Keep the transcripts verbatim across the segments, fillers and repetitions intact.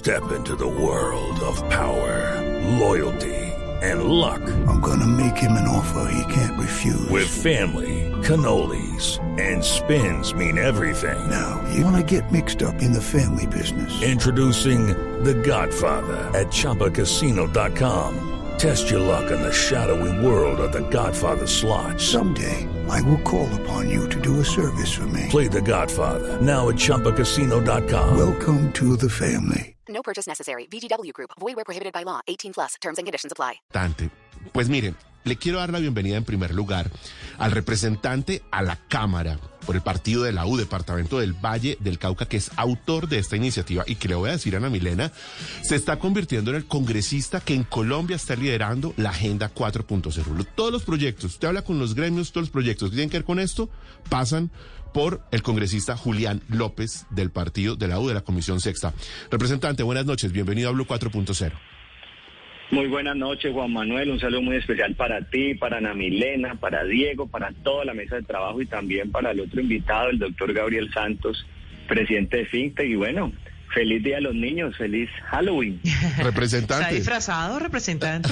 Step into the world of power, loyalty, and luck. I'm gonna make him an offer he can't refuse. With family, cannolis, and spins mean everything. Now, you wanna get mixed up in the family business. Introducing The Godfather at Chumba Casino dot com. Test your luck in the shadowy world of The Godfather slot. Someday, I will call upon you to do a service for me. Play The Godfather now at Chumba Casino dot com. Welcome to the family. No purchase necessary. V G W Group. Void where prohibited by law. eighteen plus. Terms and conditions apply. Pues miren, le quiero dar la bienvenida en primer lugar al representante a la Cámara por el partido de la U, Departamento del Valle del Cauca, que es autor de esta iniciativa y que le voy a decir a Ana Milena, se está convirtiendo en el congresista que en Colombia está liderando la Agenda cuatro punto cero. Todos los proyectos, usted habla con los gremios, todos los proyectos que tienen que ver con esto, pasan por el congresista Julián López del partido de la U, de la Comisión Sexta. Representante, buenas noches, bienvenido a Blue cuatro punto cero. Muy buenas noches, Juan Manuel, un saludo muy especial para ti, para Ana Milena, para Diego, para toda la mesa de trabajo y también para el otro invitado, el doctor Gabriel Santos, presidente de FinTech. Y bueno, feliz Día a los Niños, feliz Halloween. Representante. ¿Está disfrazado, representante?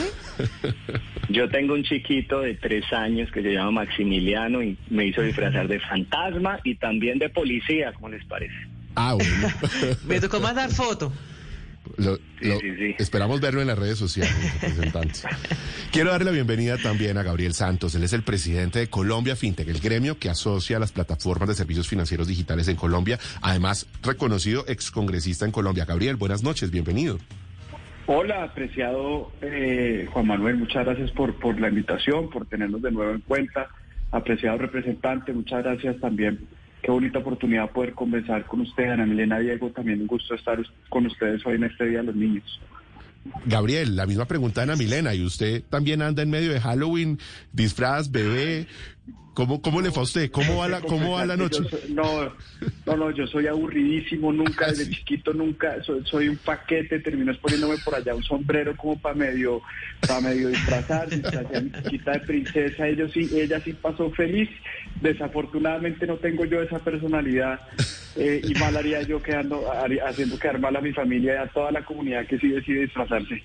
Yo tengo un chiquito de tres años que se llama Maximiliano y me hizo disfrazar de fantasma y también de policía, ¿cómo les parece? Ah, bueno. Me tocó mandar foto. Lo, lo, sí, sí, sí. Esperamos verlo en las redes sociales, representantes. Quiero darle la bienvenida también a Gabriel Santos. Él es el presidente de Colombia FinTech, el gremio que asocia las plataformas de servicios financieros digitales en Colombia. Además, reconocido excongresista en Colombia. Gabriel, buenas noches, bienvenido. Hola, apreciado eh, Juan Manuel, muchas gracias por, por la invitación, por tenernos de nuevo en cuenta. Apreciado representante, muchas gracias también. Qué bonita oportunidad poder conversar con usted, Ana Milena, Diego, también un gusto estar con ustedes hoy en este Día de los Niños. Gabriel, la misma pregunta de Ana Milena, ¿y usted también anda en medio de Halloween, disfraz, bebé? ¿Cómo, cómo le fue a usted? ¿Cómo va la, cómo va la noche? Soy, no, no, no, yo soy aburridísimo, nunca, desde sí. chiquito, nunca, soy, soy un paquete, termino poniéndome por allá un sombrero como para medio, para medio disfrazar, disfrazé a mi chiquita de princesa, ella sí, ella sí pasó feliz, desafortunadamente no tengo yo esa personalidad, eh, y mal haría yo quedando, haciendo quedar mal a mi familia y a toda la comunidad que sí decide disfrazarse.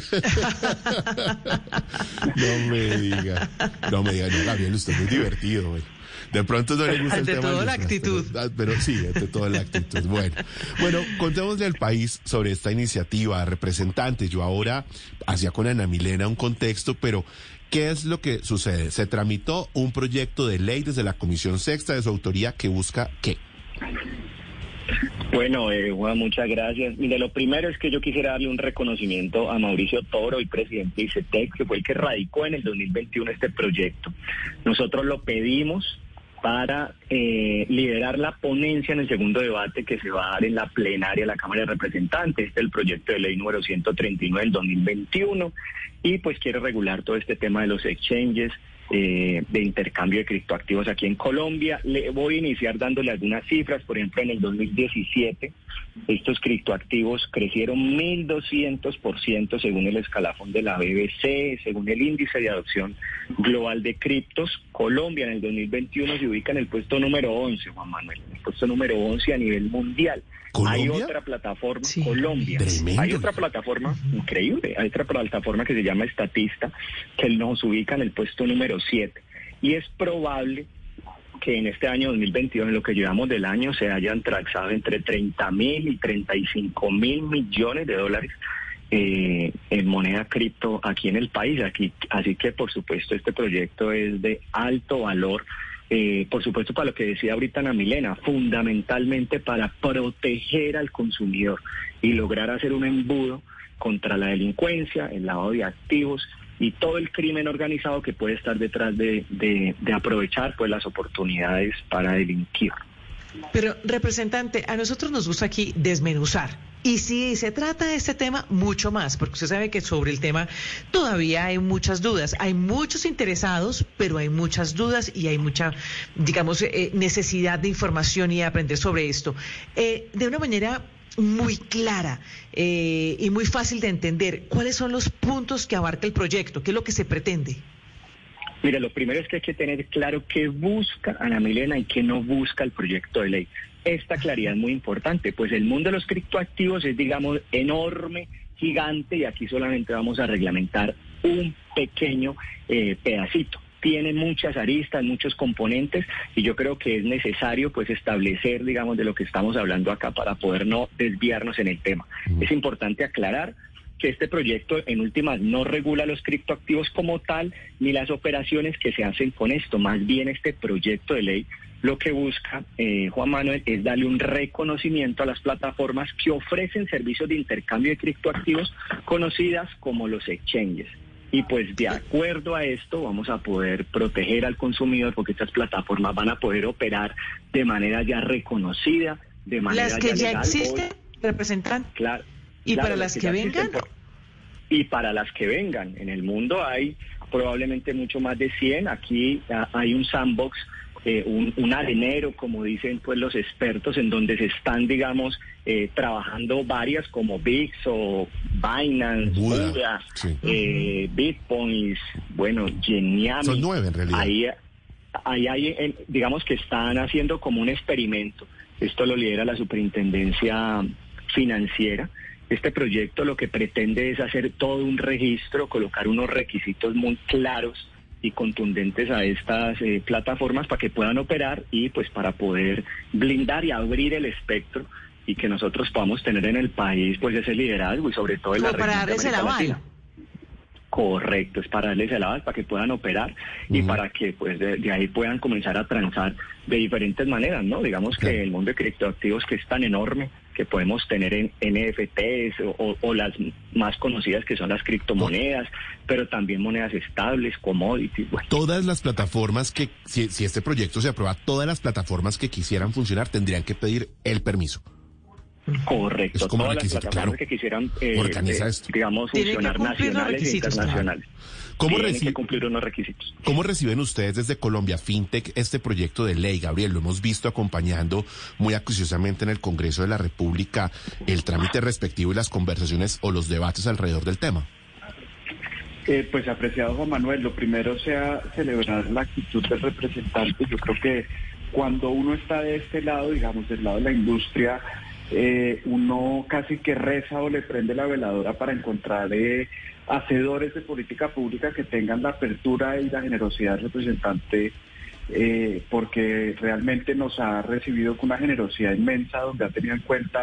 No me diga, no me diga, no, Gabriel, usted es muy divertido, güey. De pronto no le gusta el ante tema. Ante toda la actitud. Pero, pero sí, ante toda la actitud. Bueno, bueno, contémosle al país sobre esta iniciativa, representantes. Yo ahora hacía con Ana Milena un contexto, pero ¿qué es lo que sucede? Se tramitó un proyecto de ley desde la Comisión Sexta de su autoría que busca ¿qué? Bueno, eh, Juan, muchas gracias. Mire, lo primero es que yo quisiera darle un reconocimiento a Mauricio Toro, el presidente de ICETEX, que fue el que radicó en el dos mil veintiuno este proyecto. Nosotros lo pedimos para eh, liderar la ponencia en el segundo debate que se va a dar en la plenaria de la Cámara de Representantes. Este es el proyecto de ley número ciento treinta y nueve del dos mil veintiuno y pues quiere regular todo este tema de los exchanges, Eh, de intercambio de criptoactivos aquí en Colombia. Le voy a iniciar dándole algunas cifras. Por ejemplo, en el dos mil diecisiete estos criptoactivos crecieron mil doscientos por ciento según el escalafón de la B B C, según el índice de adopción global de criptos. Colombia en el dos mil veintiuno se ubica en el puesto número once, Juan Manuel, en el puesto número once a nivel mundial. ¿Colombia? Hay otra plataforma, sí. Colombia, Tremendo. Hay otra plataforma increíble, hay otra plataforma que se llama Estatista, que nos ubica en el puesto número siete. Y es probable que en este año dos mil veintidós, en lo que llevamos del año, se hayan transado entre treinta mil y treinta y cinco mil millones de dólares eh, en moneda cripto aquí en el país. Aquí, así que, por supuesto, este proyecto es de alto valor. Eh, por supuesto, para lo que decía ahorita Ana Milena, fundamentalmente para proteger al consumidor y lograr hacer un embudo contra la delincuencia, el lavado de activos y todo el crimen organizado que puede estar detrás de, de, de aprovechar pues las oportunidades para delinquir. Pero, representante, a nosotros nos gusta aquí desmenuzar. Y si se trata de este tema, mucho más, porque usted sabe que sobre el tema todavía hay muchas dudas. Hay muchos interesados, pero hay muchas dudas y hay mucha, digamos, eh, necesidad de información y de aprender sobre esto. Eh, de una manera muy clara eh, y muy fácil de entender, ¿cuáles son los puntos que abarca el proyecto? ¿Qué es lo que se pretende? Mire, lo primero es que hay que tener claro qué busca Ana Milena y qué no busca el proyecto de ley. esta claridad es muy importante, pues el mundo de los criptoactivos es, digamos, enorme, gigante, y aquí solamente vamos a reglamentar un pequeño eh, pedacito. Tiene muchas aristas, muchos componentes, y yo creo que es necesario pues establecer, digamos, de lo que estamos hablando acá para poder no desviarnos en el tema. Mm. Es importante aclarar que este proyecto en últimas no regula los criptoactivos como tal, ni las operaciones que se hacen con esto. Más bien este proyecto de ley lo que busca, eh, Juan Manuel, es darle un reconocimiento a las plataformas que ofrecen servicios de intercambio de criptoactivos conocidas como los exchanges. Y pues de acuerdo a esto vamos a poder proteger al consumidor, porque estas plataformas van a poder operar de manera ya reconocida, de manera las que ya, ya legal, existen, representan. Claro. ¿Y claro, para las que, que vengan? Por, y para las que vengan. En el mundo hay probablemente mucho más de cien. Aquí hay un sandbox, eh, un, un arenero, como dicen pues los expertos, en donde se están, digamos, eh, trabajando varias como V I X o Binance, Buda, Buda, sí. eh, Bitcoin, bueno, Geniami. Son nueve en realidad. Ahí, ahí hay, digamos que están haciendo como un experimento. Esto lo lidera la Superintendencia Financiera. Este proyecto lo que pretende es hacer todo un registro, colocar unos requisitos muy claros y contundentes a estas eh, plataformas para que puedan operar y pues para poder blindar y abrir el espectro y que nosotros podamos tener en el país pues ese liderazgo y sobre todo en la región de América Latina. Correcto, es para darles el aval, para que puedan operar uh-huh. y para que pues de, de ahí puedan comenzar a transar de diferentes maneras, ¿no? Digamos okay. que el mundo de criptoactivos, que es tan enorme, que podemos tener en N F Ts o, o las más conocidas que son las criptomonedas, uh-huh. pero también monedas estables, commodities. Bueno. Todas las plataformas que, si, si este proyecto se aprueba, todas las plataformas que quisieran funcionar tendrían que pedir el permiso. Correcto, es como todas requisito, las plataformas claro. que quisieran, eh, Organiza eh, esto. digamos, funcionar nacionales e internacionales. ¿Cómo Tienen reci- que cumplir unos requisitos. ¿Cómo reciben ustedes desde Colombia Fintech este proyecto de ley, Gabriel? Lo hemos visto acompañando muy acuciosamente en el Congreso de la República el trámite respectivo y las conversaciones o los debates alrededor del tema. Eh, pues apreciado Juan Manuel, lo primero sea celebrar la actitud del representante. Yo creo que cuando uno está de este lado, digamos, del lado de la industria, Eh, uno casi que reza o le prende la veladora para encontrar eh, hacedores de política pública que tengan la apertura y la generosidad del representante, eh, porque realmente nos ha recibido con una generosidad inmensa, donde ha tenido en cuenta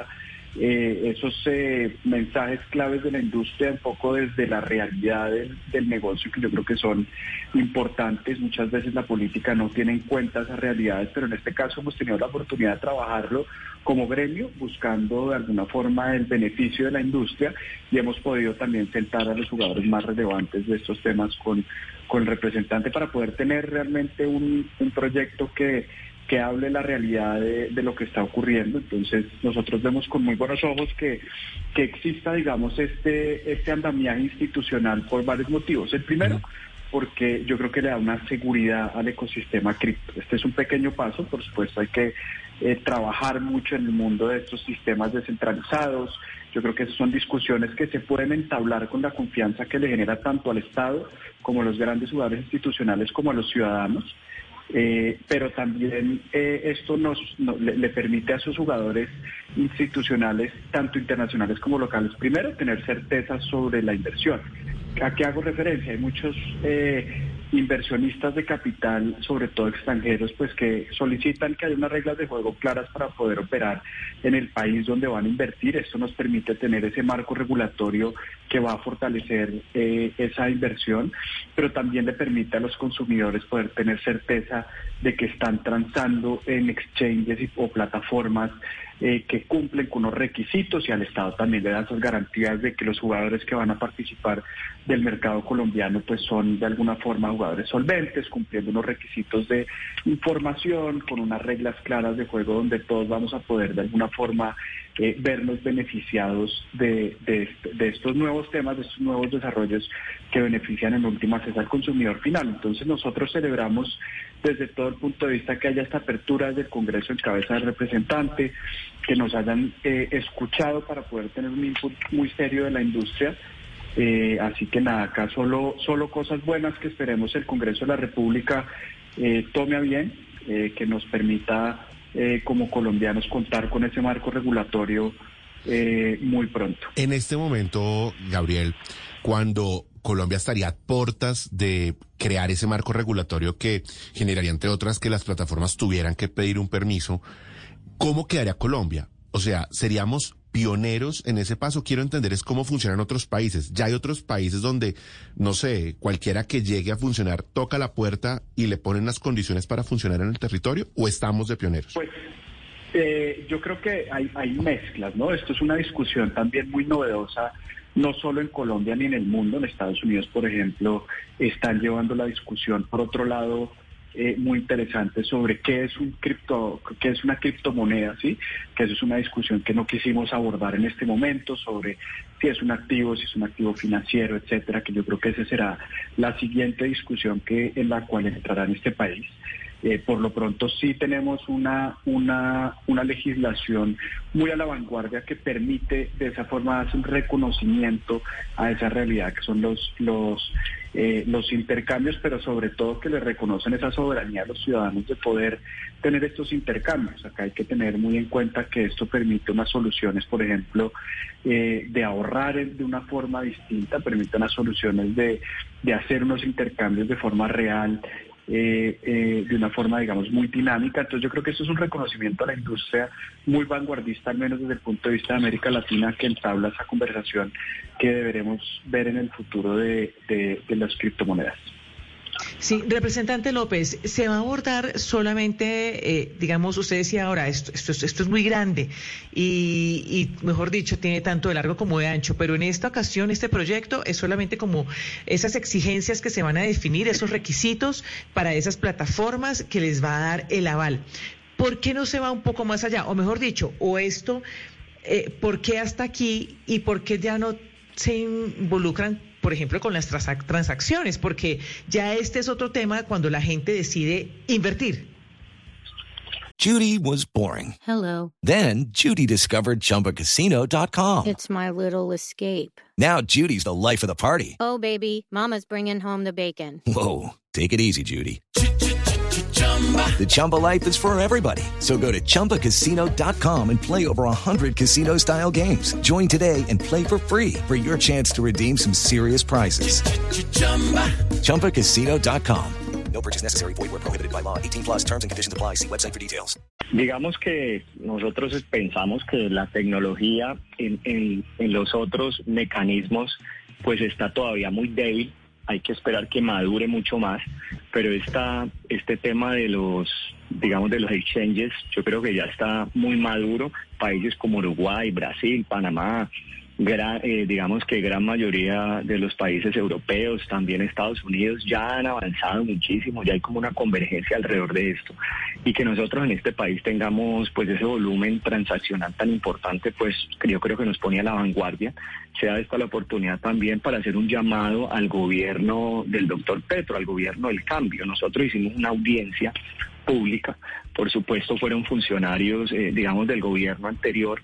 eh, esos eh, mensajes claves de la industria, un poco desde la realidad del, del negocio, que yo creo que son importantes. Muchas veces la política no tiene en cuenta esas realidades, pero en este caso hemos tenido la oportunidad de trabajarlo como gremio, buscando de alguna forma el beneficio de la industria, y hemos podido también sentar a los jugadores más relevantes de estos temas con, con el representante para poder tener realmente un, un proyecto que que hable la realidad de, de lo que está ocurriendo. Entonces nosotros vemos con muy buenos ojos que, que exista, digamos, este, este andamiaje institucional por varios motivos. El primero, porque yo creo que le da una seguridad al ecosistema cripto. Este es un pequeño paso, por supuesto hay que eh, trabajar mucho en el mundo de estos sistemas descentralizados. Yo creo que esas son discusiones que se pueden entablar con la confianza que le genera tanto al Estado como a los grandes jugadores institucionales como a los ciudadanos. Eh, pero también eh, esto nos no, le, le permite a sus jugadores institucionales, tanto internacionales como locales, primero tener certeza sobre la inversión. ¿A qué hago referencia? Hay muchos eh, inversionistas de capital, sobre todo extranjeros, pues que solicitan que haya unas reglas de juego claras para poder operar en el país donde van a invertir. Esto nos permite tener ese marco regulatorio que va a fortalecer eh, esa inversión, pero también le permite a los consumidores poder tener certeza de que están transando en exchanges y, o plataformas eh, que cumplen con unos requisitos, y al Estado también le da esas garantías de que los jugadores que van a participar del mercado colombiano pues son de alguna forma jugadores solventes, cumpliendo unos requisitos de información, con unas reglas claras de juego donde todos vamos a poder de alguna forma eh, vernos beneficiados de, de, de estos nuevos temas, de estos nuevos desarrollos que benefician en últimas es al consumidor final. Entonces nosotros celebramos desde todo el punto de vista que haya esta apertura desde el Congreso en cabeza del representante, que nos hayan eh, escuchado para poder tener un input muy serio de la industria. Eh, así que nada, acá solo, solo cosas buenas que esperemos el Congreso de la República eh, tome a bien, eh, que nos permita eh, como colombianos contar con ese marco regulatorio eh, muy pronto. En este momento, Gabriel, cuando Colombia estaría a puertas de crear ese marco regulatorio que generaría, entre otras, que las plataformas tuvieran que pedir un permiso, ¿cómo quedaría Colombia? O sea, ¿seríamos pioneros en ese paso? Quiero entender es cómo funcionan otros países. Ya hay otros países donde, no sé, cualquiera que llegue a funcionar toca la puerta y le ponen las condiciones para funcionar en el territorio, ¿o estamos de pioneros? Pues eh, yo creo que hay, hay mezclas, ¿no? Esto es una discusión también muy novedosa, no solo en Colombia ni en el mundo. En Estados Unidos, por ejemplo, están llevando la discusión, por otro lado, eh, muy interesante sobre qué es un cripto, qué es una criptomoneda, ¿sí? Que eso es una discusión que no quisimos abordar en este momento, sobre si es un activo, si es un activo financiero, etcétera, que yo creo que esa será la siguiente discusión que en la cual entrará en este país. Eh, por lo pronto sí tenemos una, una, una legislación muy a la vanguardia que permite de esa forma hacer un reconocimiento a esa realidad que son los, los, eh, los intercambios, pero sobre todo que le reconocen esa soberanía a los ciudadanos de poder tener estos intercambios. Acá hay que tener muy en cuenta que esto permite unas soluciones, por ejemplo, eh, de ahorrar de una forma distinta, permite unas soluciones de, de hacer unos intercambios de forma real, Eh, eh, de una forma, digamos, muy dinámica. Entonces yo creo que esto es un reconocimiento a la industria muy vanguardista, al menos desde el punto de vista de América Latina, que entabla esa conversación que deberemos ver en el futuro de, de, de las criptomonedas. Sí, representante López, se va a abordar solamente, eh, digamos, usted decía ahora, esto, esto, esto es muy grande y, y, mejor dicho, tiene tanto de largo como de ancho, pero en esta ocasión este proyecto es solamente como esas exigencias que se van a definir, esos requisitos para esas plataformas que les va a dar el aval. ¿Por qué no se va un poco más allá? O mejor dicho, o esto, eh, ¿por qué hasta aquí y por qué ya no se involucran, por ejemplo, con las transac- transacciones? Porque ya este es otro tema cuando la gente decide invertir. Judy was boring. Hello. Then Judy discovered Chumba Casino dot com. It's my little escape. Now Judy's the life of the party. Oh, baby, mama's bringing home the bacon. Whoa, take it easy, Judy. The Chumba life is for everybody. So go to Chumba Casino dot com and play over one hundred casino-style games. Join today and play for free for your chance to redeem some serious prizes. Chumba Casino dot com. No purchase necessary. Void where prohibited by law. eighteen plus terms and conditions apply. See website for details. Digamos que nosotros pensamos que la tecnología en, en, en los otros mecanismos pues está todavía muy débil. Hay que esperar que madure mucho más, pero esta, este tema de los, digamos, de los exchanges, yo creo que ya está muy maduro. Países como Uruguay, Brasil, Panamá, gran, eh, digamos que gran mayoría de los países europeos, también Estados Unidos, ya han avanzado muchísimo, ya hay como una convergencia alrededor de esto. Y que nosotros en este país tengamos pues ese volumen transaccional tan importante, pues que yo creo que nos pone a la vanguardia. Sea esta la oportunidad también para hacer un llamado al gobierno del doctor Petro, al gobierno del cambio. Nosotros hicimos una audiencia pública, por supuesto fueron funcionarios, eh, digamos, del gobierno anterior,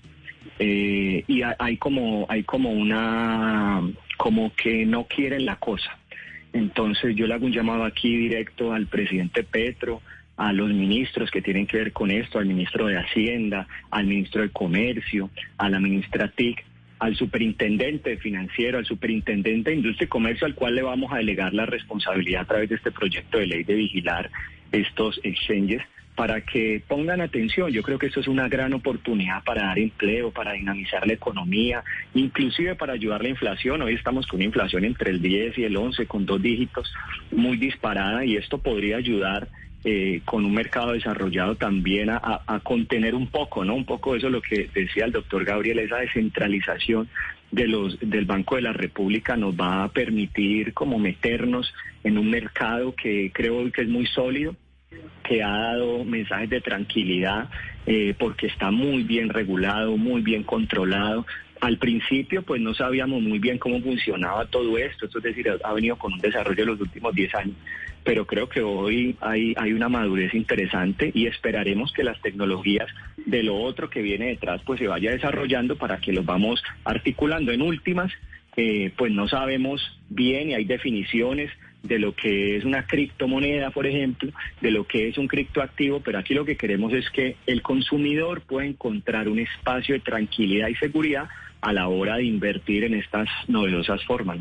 eh, y hay como, hay como una, como que no quieren la cosa. Entonces yo le hago un llamado aquí directo al presidente Petro, a los ministros que tienen que ver con esto, al ministro de Hacienda, al ministro de Comercio, a la ministra T I C, al superintendente financiero, al superintendente de Industria y Comercio, al cual le vamos a delegar la responsabilidad a través de este proyecto de ley de vigilar estos exchanges, para que pongan atención. Yo creo que esto es una gran oportunidad para dar empleo, para dinamizar la economía, inclusive para ayudar la inflación. Hoy estamos con una inflación entre el diez y el once, con dos dígitos, muy disparada, y esto podría ayudar Eh, con un mercado desarrollado también a, a, a contener un poco, ¿no? Un poco eso es lo que decía el doctor Gabriel, esa descentralización de los del Banco de la República nos va a permitir como meternos en un mercado que creo que es muy sólido, que ha dado mensajes de tranquilidad, eh, porque está muy bien regulado, muy bien controlado. Al principio, pues no sabíamos muy bien cómo funcionaba todo esto, esto es decir, ha venido con un desarrollo de los últimos diez años, pero creo que hoy hay, hay una madurez interesante y esperaremos que las tecnologías de lo otro que viene detrás pues se vaya desarrollando para que los vamos articulando. En últimas, eh, pues no sabemos bien y hay definiciones de lo que es una criptomoneda, por ejemplo, de lo que es un criptoactivo, pero aquí lo que queremos es que el consumidor pueda encontrar un espacio de tranquilidad y seguridad a la hora de invertir en estas novedosas formas.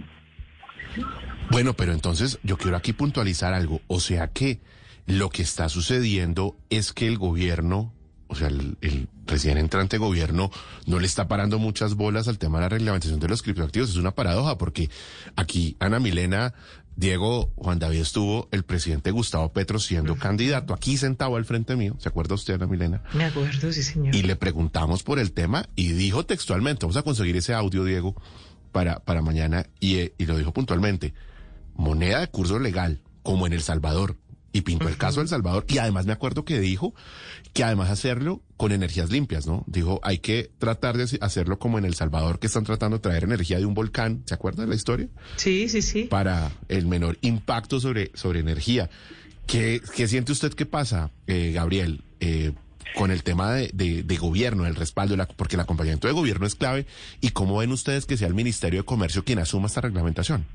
Bueno, pero entonces yo quiero aquí puntualizar algo, o sea que lo que está sucediendo es que el gobierno, o sea, el, el recién entrante gobierno no le está parando muchas bolas al tema de la reglamentación de los criptoactivos. Es una paradoja porque aquí, Ana Milena, Diego, Juan David, estuvo el presidente Gustavo Petro siendo uh-huh. candidato, aquí sentado al frente mío. ¿Se acuerda usted, Ana Milena? Me acuerdo, sí, señor. Y le preguntamos por el tema y dijo textualmente, vamos a conseguir ese audio, Diego, para, para mañana, y, y lo dijo puntualmente, moneda de curso legal, como en El Salvador. Y pintó el caso de El Salvador, y además me acuerdo que dijo que además hacerlo con energías limpias, ¿no? Dijo, hay que tratar de hacerlo como en El Salvador, que están tratando de traer energía de un volcán, ¿se acuerda de la historia? Sí, sí, sí. Para el menor impacto sobre, sobre energía. ¿Qué, qué siente usted que pasa, eh, Gabriel, eh, con el tema de, de, de gobierno, el respaldo, la, porque el acompañamiento de gobierno es clave, y cómo ven ustedes que sea el Ministerio de Comercio quien asuma esta reglamentación?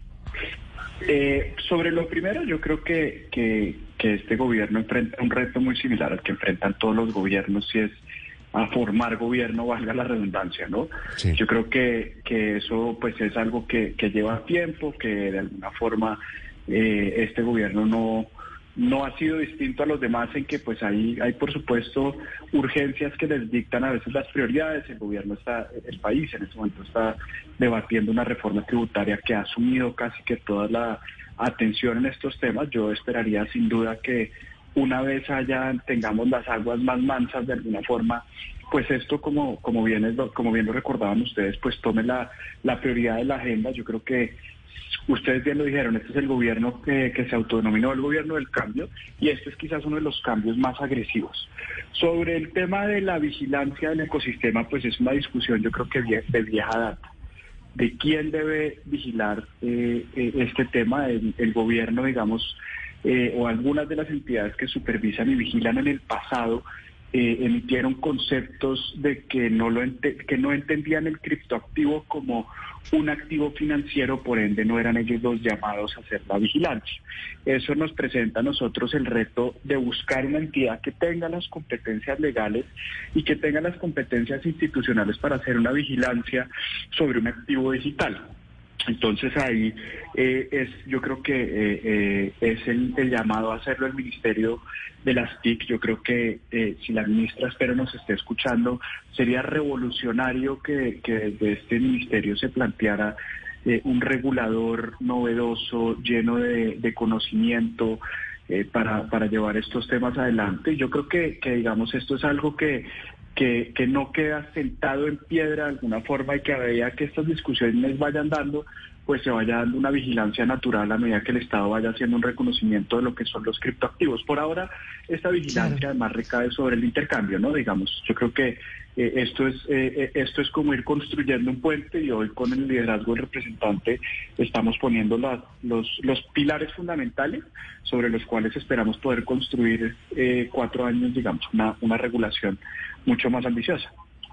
Eh, sobre lo primero, yo creo que, que, que este gobierno enfrenta un reto muy similar al que enfrentan todos los gobiernos, si es a formar gobierno, valga la redundancia, ¿no? Sí. Yo creo que, que eso pues es algo que, que lleva tiempo, que de alguna forma eh, este gobierno no... no ha sido distinto a los demás en que pues hay, hay por supuesto urgencias que les dictan a veces las prioridades. El gobierno está, el país en este momento está debatiendo una reforma tributaria que ha asumido casi que toda la atención en estos temas. Yo esperaría sin duda que una vez allá tengamos las aguas más mansas de alguna forma, pues esto como, como bien es, como bien lo recordaban ustedes, pues tome la, la prioridad de la agenda. Yo creo que ustedes bien lo dijeron, este es el gobierno que, que se autodenominó el gobierno del cambio, y este es quizás uno de los cambios más agresivos. Sobre el tema de la vigilancia del ecosistema, pues es una discusión yo creo que de vieja data. ¿De quién debe vigilar eh, eh, este tema? El, el gobierno, digamos, eh, o algunas de las entidades que supervisan y vigilan en el pasado, Eh, emitieron conceptos de que no lo ente- que no entendían el criptoactivo como un activo financiero, por ende no eran ellos los llamados a hacer la vigilancia. Eso nos presenta a nosotros el reto de buscar una entidad que tenga las competencias legales y que tenga las competencias institucionales para hacer una vigilancia sobre un activo digital. Entonces ahí eh, es, yo creo que eh, eh, es el, el llamado a hacerlo el Ministerio de las T I C. Yo creo que eh, si la ministra, espero, nos esté escuchando, sería revolucionario que, que desde este ministerio se planteara eh, un regulador novedoso, lleno de, de conocimiento, eh, para, para llevar estos temas adelante. Yo creo que, que digamos, esto es algo que Que, que no queda sentado en piedra de alguna forma, y que a medida que estas discusiones vayan dando, pues se vaya dando una vigilancia natural a medida que el Estado vaya haciendo un reconocimiento de lo que son los criptoactivos. Por ahora, esta vigilancia claro. además recae sobre el intercambio, ¿no? Digamos, yo creo que eh, esto es eh, esto es como ir construyendo un puente, y hoy con el liderazgo del representante estamos poniendo la, los, los pilares fundamentales sobre los cuales esperamos poder construir eh, cuatro años, digamos, una, una regulación mucho más ambiciosa.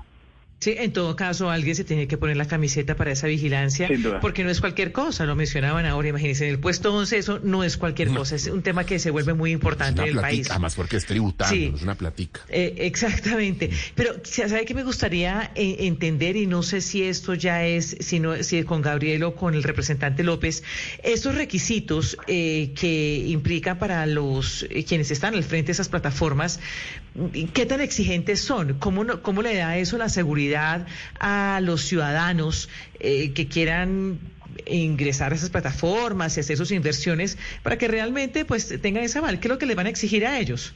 Sí, en todo caso, alguien se tiene que poner la camiseta para esa vigilancia, porque no es cualquier cosa, lo mencionaban ahora, imagínense, en el puesto once eso no es cualquier no. cosa, es un tema que se vuelve muy importante en el platica, país. Además porque es tributario, sí. es una platica. Eh, exactamente, pero ¿sabe qué me gustaría eh, entender? Y no sé si esto ya es, si, no, si con Gabriel o con el representante López, estos requisitos eh, que implican para los eh, quienes están al frente de esas plataformas, ¿qué tan exigentes son? ¿Cómo, no, cómo le da eso la seguridad a los ciudadanos eh, que quieran ingresar a esas plataformas y hacer sus inversiones para que realmente pues tengan ese aval? ¿Qué es lo que les van a exigir a ellos?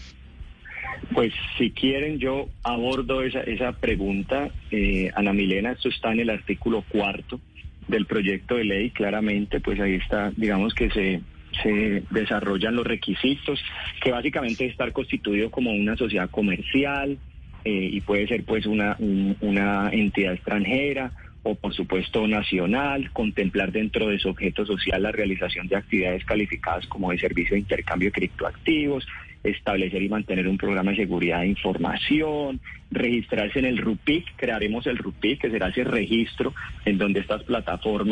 Pues si quieren yo abordo esa, esa pregunta, eh, Ana Milena. Esto está en el artículo cuarto del proyecto de ley, claramente, pues ahí está, digamos que se... se desarrollan los requisitos, que básicamente es estar constituido como una sociedad comercial, eh, y puede ser pues una, un, una entidad extranjera o por supuesto nacional, contemplar dentro de su objeto social la realización de actividades calificadas como de servicio de intercambio de criptoactivos, establecer y mantener un programa de seguridad de información, registrarse en el RUPIC. Crearemos el RUPIC, que será ese registro en donde estas plataformas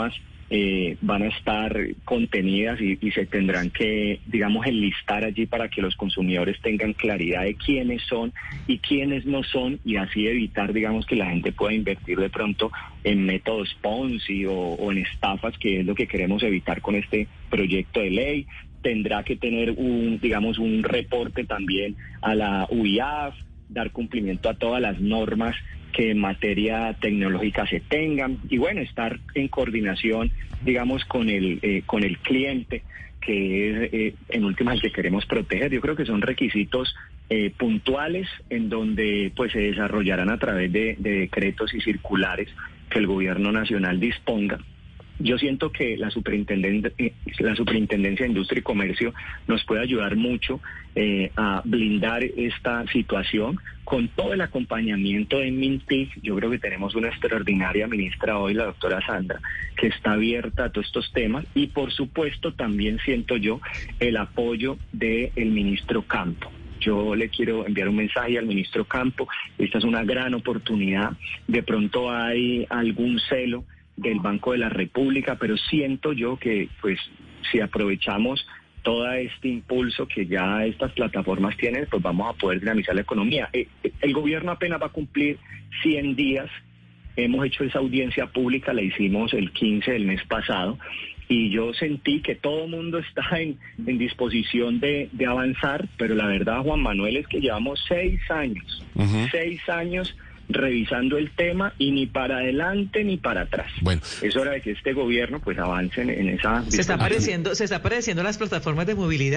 eh, van a estar contenidas y, y se tendrán que, digamos, enlistar allí para que los consumidores tengan claridad de quiénes son y quiénes no son, y así evitar, digamos, que la gente pueda invertir de pronto en métodos Ponzi o, o en estafas, que es lo que queremos evitar con este proyecto de ley. Tendrá que tener un, digamos, un reporte también a la U I A F, dar cumplimiento a todas las normas que en materia tecnológica se tengan, y bueno, estar en coordinación, digamos, con el eh, con el cliente, que es eh, en últimas el que queremos proteger. Yo creo que son requisitos eh, puntuales en donde pues se desarrollarán a través de, de decretos y circulares que el gobierno nacional disponga. Yo siento que la superintendencia, la superintendencia de Industria y Comercio nos puede ayudar mucho eh, a blindar esta situación con todo el acompañamiento de Mintic. Yo creo que tenemos una extraordinaria ministra hoy, la doctora Sandra, que está abierta a todos estos temas, y por supuesto también siento yo el apoyo del ministro Campo. Yo le quiero enviar un mensaje al ministro Campo. Esta es una gran oportunidad. De pronto hay algún celo del Banco de la República, pero siento yo que pues si aprovechamos todo este impulso que ya estas plataformas tienen, pues vamos a poder dinamizar la economía. Eh, el gobierno apenas va a cumplir cien días, hemos hecho esa audiencia pública, la hicimos el quince del mes pasado, y yo sentí que todo el mundo está en, en disposición de, de avanzar, pero la verdad, Juan Manuel, es que llevamos seis años, uh-huh. seis años revisando el tema, y ni para adelante ni para atrás. Bueno, es hora de que este gobierno pues avance en, en esa... Se está apareciendo, se está apareciendo las plataformas de movilidad.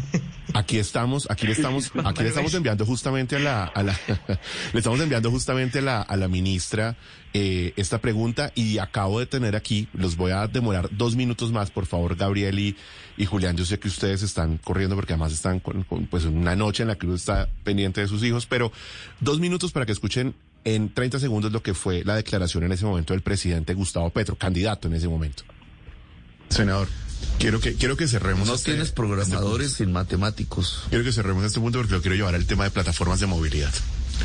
Aquí estamos, aquí le estamos, aquí le estamos enviando justamente a la, a la le estamos enviando justamente a la, a la ministra eh, esta pregunta, y acabo de tener aquí, los voy a demorar dos minutos más, por favor, Gabriel y, y Julián. Yo sé que ustedes están corriendo porque además están con, con pues una noche en la que uno está pendiente de sus hijos, pero dos minutos para que escuchen en treinta segundos lo que fue la declaración en ese momento del presidente Gustavo Petro, candidato en ese momento. Senador, quiero que quiero que cerremos. No este, tienes programadores este sin matemáticos. Quiero que cerremos este punto porque lo quiero llevar al tema de plataformas de movilidad.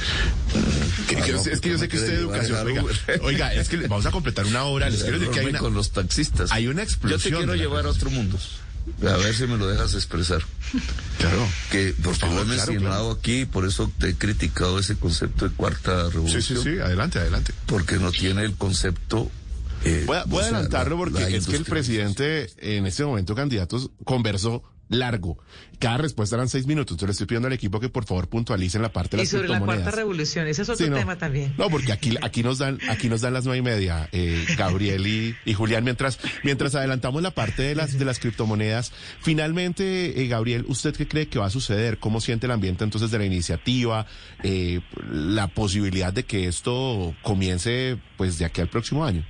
Que, que, no, es que yo sé que usted de educación, oiga, oiga, es que vamos a completar una hora. Les quiero decir que hay una, con los taxistas. Hay una explosión. Yo te quiero llevar a otro mundo. A ver si me lo dejas expresar. Claro. Que por favor, lo he claro, mencionado claro. aquí, por eso te he criticado ese concepto de cuarta revolución. Sí, sí, sí, adelante, adelante. Porque no tiene el concepto. Eh, voy a, voy a adelantarlo porque es que el presidente, en este momento, candidatos, conversó largo. Cada respuesta eran seis minutos. Entonces le estoy pidiendo al equipo que por favor puntualicen la parte de las criptomonedas. Y sobre la cuarta revolución, ese es otro sí, no, tema también. No, porque aquí, aquí nos dan, aquí nos dan las nueve y media, eh, Gabriel y, y Julián, mientras, mientras adelantamos la parte de las, de las criptomonedas. Finalmente, eh, Gabriel, ¿usted qué cree que va a suceder? ¿Cómo siente el ambiente entonces de la iniciativa? Eh, la posibilidad de que esto comience pues de aquí al próximo año.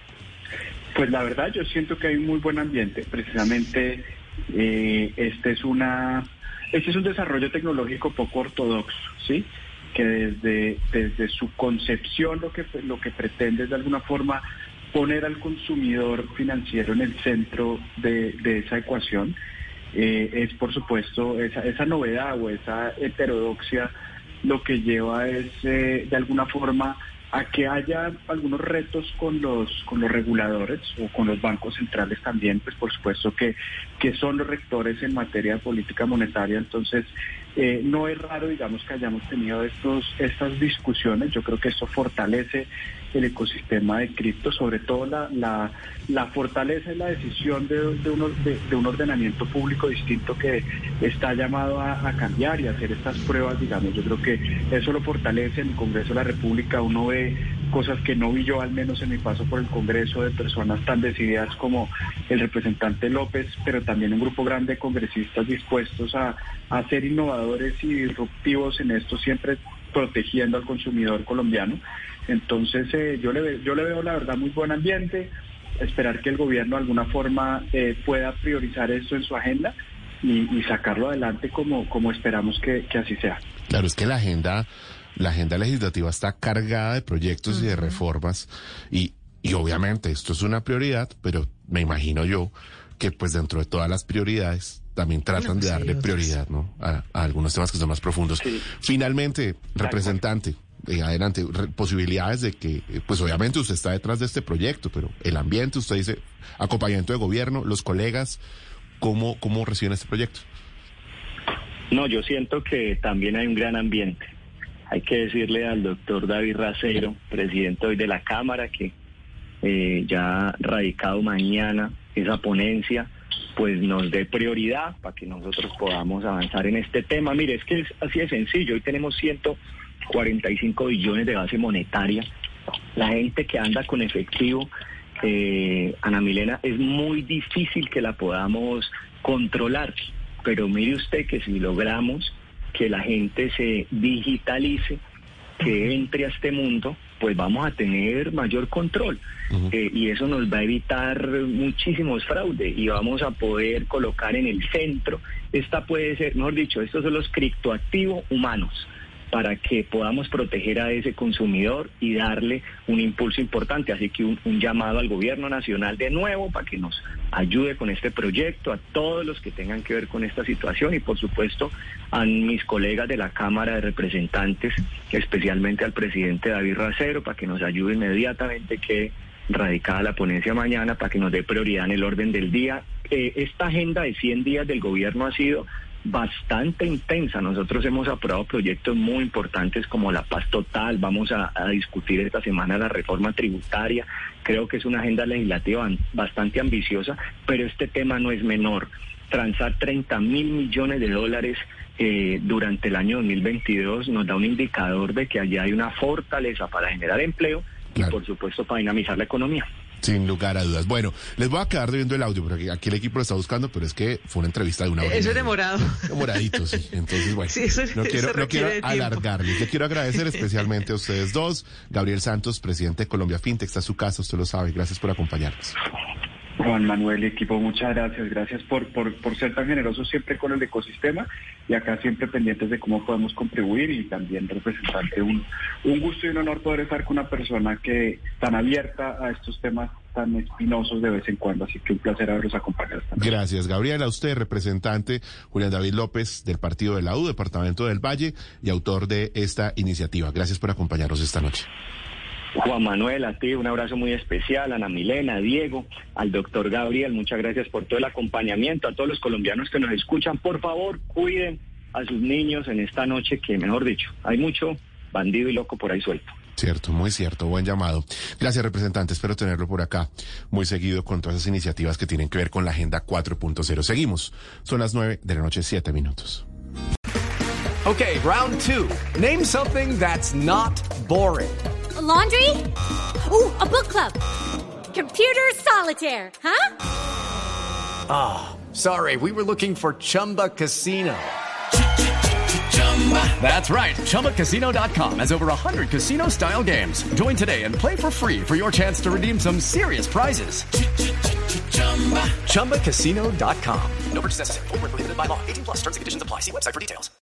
Pues la verdad yo siento que hay un muy buen ambiente. Precisamente eh, este es una este es un desarrollo tecnológico poco ortodoxo, ¿sí? Que desde desde su concepción lo que lo que pretende es de alguna forma poner al consumidor financiero en el centro de, de esa ecuación. Eh, es por supuesto esa esa novedad o esa heterodoxia lo que lleva es eh, de alguna forma a que haya algunos retos con los con los reguladores o con los bancos centrales también, pues por supuesto que, que son los rectores en materia de política monetaria. Entonces eh, no es raro, digamos, que hayamos tenido estos estas discusiones. Yo creo que esto fortalece el ecosistema de cripto, sobre todo la la, la fortaleza y la decisión de, de, un, de, de un ordenamiento público distinto que está llamado a, a cambiar y a hacer estas pruebas, digamos. Yo creo que eso lo fortalece. En el Congreso de la República uno ve cosas que no vi yo, al menos en mi paso por el Congreso, de personas tan decididas como el representante López, pero también un grupo grande de congresistas dispuestos a, a ser innovadores y disruptivos en esto, siempre protegiendo al consumidor colombiano. Entonces eh, yo le ve, yo le veo la verdad muy buen ambiente. Esperar que el gobierno de alguna forma eh, pueda priorizar esto en su agenda y, y sacarlo adelante como, como esperamos que, que así sea. Claro, es que la agenda, la agenda legislativa está cargada de proyectos uh-huh. y de reformas, y, y obviamente esto es una prioridad, pero me imagino yo que pues dentro de todas las prioridades también tratan no, de darle sí, prioridad, ¿no? A, a algunos temas que son más profundos. Sí. Finalmente, representante, eh, adelante, re- posibilidades de que, eh, pues obviamente usted está detrás de este proyecto, pero el ambiente, usted dice, acompañamiento de gobierno, los colegas, ¿cómo, cómo reciben este proyecto? No, yo siento que también hay un gran ambiente. Hay que decirle al doctor David Racero, presidente hoy de la Cámara, que eh, ya radicado mañana esa ponencia, pues nos dé prioridad para que nosotros podamos avanzar en este tema. Mire, es que es así de sencillo. Hoy tenemos ciento cuarenta y cinco billones de base monetaria. La gente que anda con efectivo, eh, Ana Milena, es muy difícil que la podamos controlar. Pero mire usted que si logramos que la gente se digitalice, que entre a este mundo, pues vamos a tener mayor control. Uh-huh. eh, y eso nos va a evitar muchísimos fraudes y vamos a poder colocar en el centro, esta puede ser, mejor dicho, estos son los criptoactivos humanos, para que podamos proteger a ese consumidor y darle un impulso importante. Así que un, un llamado al gobierno nacional de nuevo para que nos ayude con este proyecto, a todos los que tengan que ver con esta situación y por supuesto a mis colegas de la Cámara de Representantes, especialmente al presidente David Racero, para que nos ayude inmediatamente que radicada la ponencia mañana, para que nos dé prioridad en el orden del día. Eh, esta agenda de cien días del gobierno ha sido bastante intensa. Nosotros hemos aprobado proyectos muy importantes como la paz total. Vamos a, a discutir esta semana la reforma tributaria. Creo que es una agenda legislativa bastante ambiciosa, pero este tema no es menor. Transar treinta mil millones de dólares eh, durante el año dos mil veintidós nos da un indicador de que allá hay una fortaleza para generar empleo, claro, y por supuesto para dinamizar la economía. Sin lugar a dudas. Bueno, les voy a quedar debiendo el audio, porque aquí el equipo lo está buscando, pero es que fue una entrevista de una hora. Eso es demorado. Demoradito, sí. Entonces, bueno, sí, eso, no quiero, eso no quiero alargarles. Yo quiero agradecer especialmente a ustedes dos. Gabriel Santos, presidente de Colombia Fintech, está a su casa, usted lo sabe. Gracias por acompañarnos. Juan Manuel y equipo, muchas gracias. Gracias por, por, por ser tan generosos siempre con el ecosistema y acá siempre pendientes de cómo podemos contribuir y también representante. Un, un gusto y un honor poder estar con una persona que tan abierta a estos temas tan espinosos de vez en cuando. Así que un placer haberlos acompañado. Gracias, Gabriel. A usted, representante Julián David López del Partido de la U, Departamento del Valle y autor de esta iniciativa. Gracias por acompañarnos esta noche. Juan Manuel, a ti un abrazo muy especial, a Ana Milena, a Diego, al doctor Gabriel, muchas gracias por todo el acompañamiento, a todos los colombianos que nos escuchan. Por favor, cuiden a sus niños en esta noche que, mejor dicho, hay mucho bandido y loco por ahí suelto. Cierto, muy cierto, buen llamado. Gracias, representante, espero tenerlo por acá muy seguido con todas esas iniciativas que tienen que ver con la Agenda cuatro punto cero. Seguimos, son las nueve de la noche, siete minutos. Okay, round two. Name something that's not boring. A laundry? Ooh, a book club. Computer solitaire, huh? Ah, oh, sorry, we were looking for Chumba Casino. That's right, Chumba Casino dot com has over one hundred casino-style games. Join today and play for free for your chance to redeem some serious prizes. Chumba Casino dot com. No purchase necessary. Void where prohibited by law. eighteen plus terms and conditions apply. See website for details.